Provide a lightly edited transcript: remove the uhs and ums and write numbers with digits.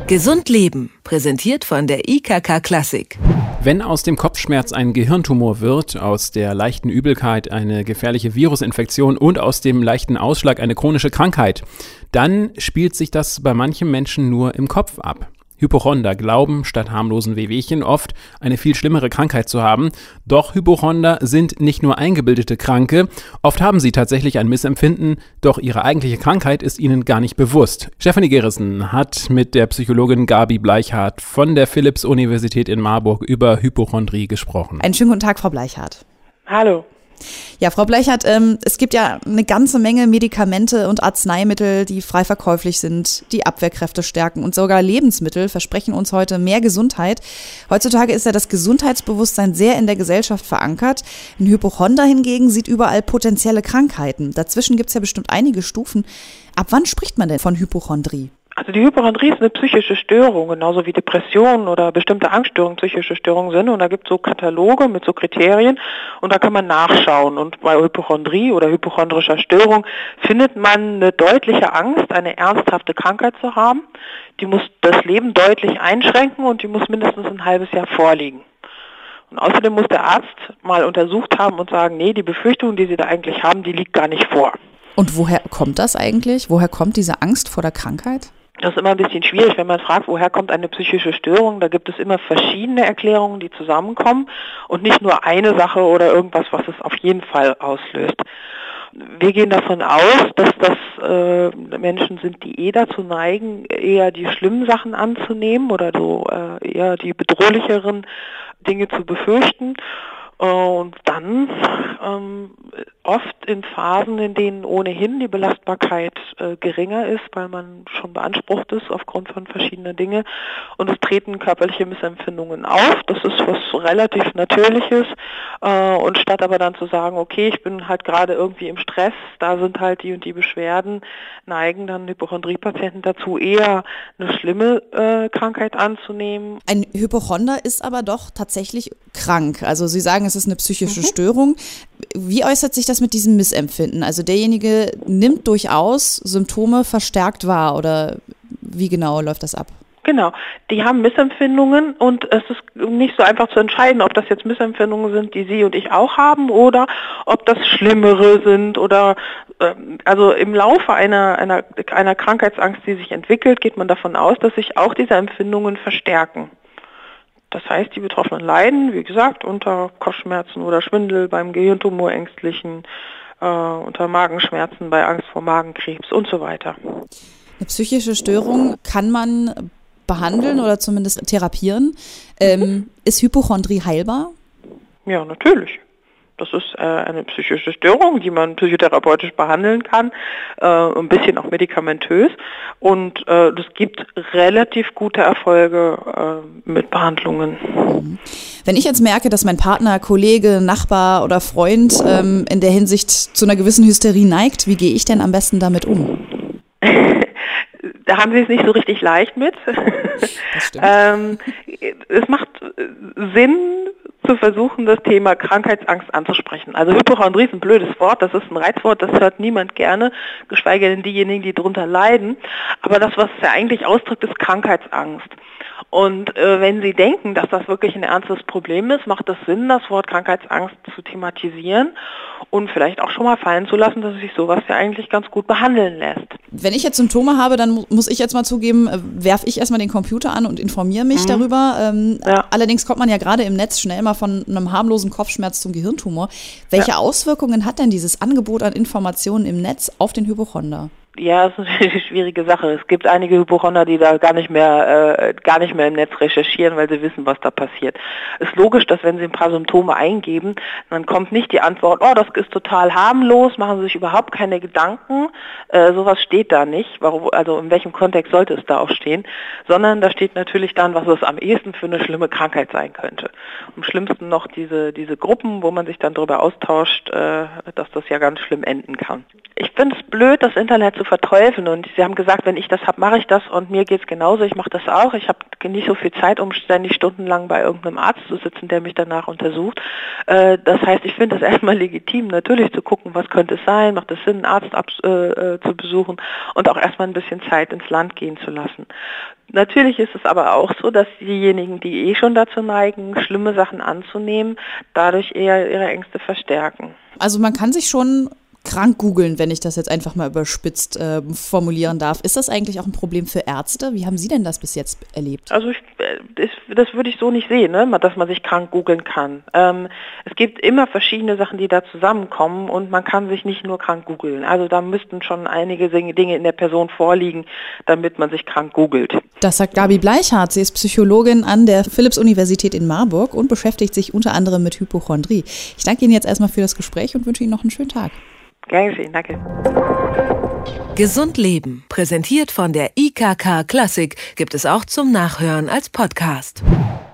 Gesund leben, präsentiert von der IKK Klassik. Wenn aus dem Kopfschmerz ein Gehirntumor wird, aus der leichten Übelkeit eine gefährliche Virusinfektion und aus dem leichten Ausschlag eine chronische Krankheit, dann spielt sich das bei manchen Menschen nur im Kopf ab. Hypochonder glauben, statt harmlosen Wehwehchen oft eine viel schlimmere Krankheit zu haben. Doch Hypochonder sind nicht nur eingebildete Kranke. Oft haben sie tatsächlich ein Missempfinden, doch ihre eigentliche Krankheit ist ihnen gar nicht bewusst. Stefanie Gerissen hat mit der Psychologin Gabi Bleichhardt von der Philipps-Universität in Marburg über Hypochondrie gesprochen. Einen schönen guten Tag, Frau Bleichhardt. Hallo. Ja, Frau Bleichhardt, es gibt ja eine ganze Menge Medikamente und Arzneimittel, die frei verkäuflich sind, die Abwehrkräfte stärken und sogar Lebensmittel versprechen uns heute mehr Gesundheit. Heutzutage ist ja das Gesundheitsbewusstsein sehr in der Gesellschaft verankert. Ein Hypochonder hingegen sieht überall potenzielle Krankheiten. Dazwischen gibt es ja bestimmt einige Stufen. Ab wann spricht man denn von Hypochondrie? Also die Hypochondrie ist eine psychische Störung, genauso wie Depressionen oder bestimmte Angststörungen psychische Störungen sind. Und da gibt es so Kataloge mit so Kriterien und da kann man nachschauen. Und bei Hypochondrie oder hypochondrischer Störung findet man eine deutliche Angst, eine ernsthafte Krankheit zu haben. Die muss das Leben deutlich einschränken und die muss mindestens ein halbes Jahr vorliegen. Und außerdem muss der Arzt mal untersucht haben und sagen, nee, die Befürchtung, die Sie da eigentlich haben, die liegt gar nicht vor. Und woher kommt das eigentlich? Woher kommt diese Angst vor der Krankheit? Das ist immer ein bisschen schwierig, wenn man fragt, woher kommt eine psychische Störung. Da gibt es immer verschiedene Erklärungen, die zusammenkommen und nicht nur eine Sache oder irgendwas, was es auf jeden Fall auslöst. Wir gehen davon aus, dass das Menschen sind, die dazu neigen, eher die schlimmen Sachen anzunehmen oder so eher die bedrohlicheren Dinge zu befürchten. Und dann oft in Phasen, in denen ohnehin die Belastbarkeit geringer ist, weil man schon beansprucht ist aufgrund von verschiedenen Dingen und es treten körperliche Missempfindungen auf. Das ist was relativ Natürliches und statt aber dann zu sagen, okay, ich bin halt gerade irgendwie im Stress, da sind halt die und die Beschwerden, neigen dann Hypochondriepatienten dazu, eher eine schlimme Krankheit anzunehmen. Ein Hypochonder ist aber doch tatsächlich krank. Also Sie sagen, es ist eine psychische Störung. Wie äußert sich das mit diesem Missempfinden? Also derjenige nimmt durchaus Symptome verstärkt wahr oder wie genau läuft das ab? Genau, die haben Missempfindungen und es ist nicht so einfach zu entscheiden, ob das jetzt Missempfindungen sind, die Sie und ich auch haben oder ob das schlimmere sind oder also im Laufe einer Krankheitsangst, die sich entwickelt, geht man davon aus, dass sich auch diese Empfindungen verstärken. Das heißt, die Betroffenen leiden, wie gesagt, unter Kopfschmerzen oder Schwindel, beim Gehirntumor Ängstlichen, unter Magenschmerzen, bei Angst vor Magenkrebs und so weiter. Eine psychische Störung kann man behandeln oder zumindest therapieren. Ist Hypochondrie heilbar? Ja, natürlich. Das ist eine psychische Störung, die man psychotherapeutisch behandeln kann, ein bisschen auch medikamentös. Und es gibt relativ gute Erfolge mit Behandlungen. Wenn ich jetzt merke, dass mein Partner, Kollege, Nachbar oder Freund in der Hinsicht zu einer gewissen Hysterie neigt, wie gehe ich denn am besten damit um? Da haben Sie es nicht so richtig leicht mit. Das stimmt. Es macht Sinn, zu versuchen, das Thema Krankheitsangst anzusprechen. Also Hypochondrie ist ein blödes Wort, das ist ein Reizwort, das hört niemand gerne, geschweige denn diejenigen, die darunter leiden. Aber das, was es ja eigentlich ausdrückt, ist Krankheitsangst. Und wenn Sie denken, dass das wirklich ein ernstes Problem ist, macht es Sinn, das Wort Krankheitsangst zu thematisieren und vielleicht auch schon mal fallen zu lassen, dass sich sowas ja eigentlich ganz gut behandeln lässt. Wenn ich jetzt Symptome habe, dann muss ich jetzt mal zugeben, werfe ich erstmal den Computer an und informiere mich darüber. Ja. Allerdings kommt man ja gerade im Netz schnell mal von einem harmlosen Kopfschmerz zum Gehirntumor. Welche Auswirkungen hat denn dieses Angebot an Informationen im Netz auf den Hypochonder? Ja, das ist natürlich eine schwierige Sache. Es gibt einige Hypochonder, die da gar nicht mehr im Netz recherchieren, weil sie wissen, was da passiert. Es ist logisch, dass wenn Sie ein paar Symptome eingeben, dann kommt nicht die Antwort, oh, das ist total harmlos, machen Sie sich überhaupt keine Gedanken. Sowas steht da nicht. Warum, also in welchem Kontext sollte es da auch stehen? Sondern da steht natürlich dann, was es am ehesten für eine schlimme Krankheit sein könnte. Am schlimmsten noch diese Gruppen, wo man sich dann darüber austauscht, dass das ja ganz schlimm enden kann. Ich finde es blöd, das Internet zu verteufeln. Und Sie haben gesagt, wenn ich das habe, mache ich das und mir geht's genauso. Ich mache das auch. Ich habe nicht so viel Zeit, um ständig stundenlang bei irgendeinem Arzt zu sitzen, der mich danach untersucht. Das heißt, ich finde es erstmal legitim, natürlich zu gucken, was könnte es sein, macht es Sinn, einen Arzt zu besuchen und auch erstmal ein bisschen Zeit ins Land gehen zu lassen. Natürlich ist es aber auch so, dass diejenigen, die schon dazu neigen, schlimme Sachen anzunehmen, dadurch eher ihre Ängste verstärken. Also man kann sich schon krank googeln, wenn ich das jetzt einfach mal überspitzt formulieren darf. Ist das eigentlich auch ein Problem für Ärzte? Wie haben Sie denn das bis jetzt erlebt? Also das würde ich so nicht sehen, ne? Dass man sich krank googeln kann. Es gibt immer verschiedene Sachen, die da zusammenkommen und man kann sich nicht nur krank googeln. Also da müssten schon einige Dinge in der Person vorliegen, damit man sich krank googelt. Das sagt Gabi Bleichhardt. Sie ist Psychologin an der Philipps-Universität in Marburg und beschäftigt sich unter anderem mit Hypochondrie. Ich danke Ihnen jetzt erstmal für das Gespräch und wünsche Ihnen noch einen schönen Tag. Gern geschehen, danke. Gesund Leben, präsentiert von der IKK Klassik, gibt es auch zum Nachhören als Podcast.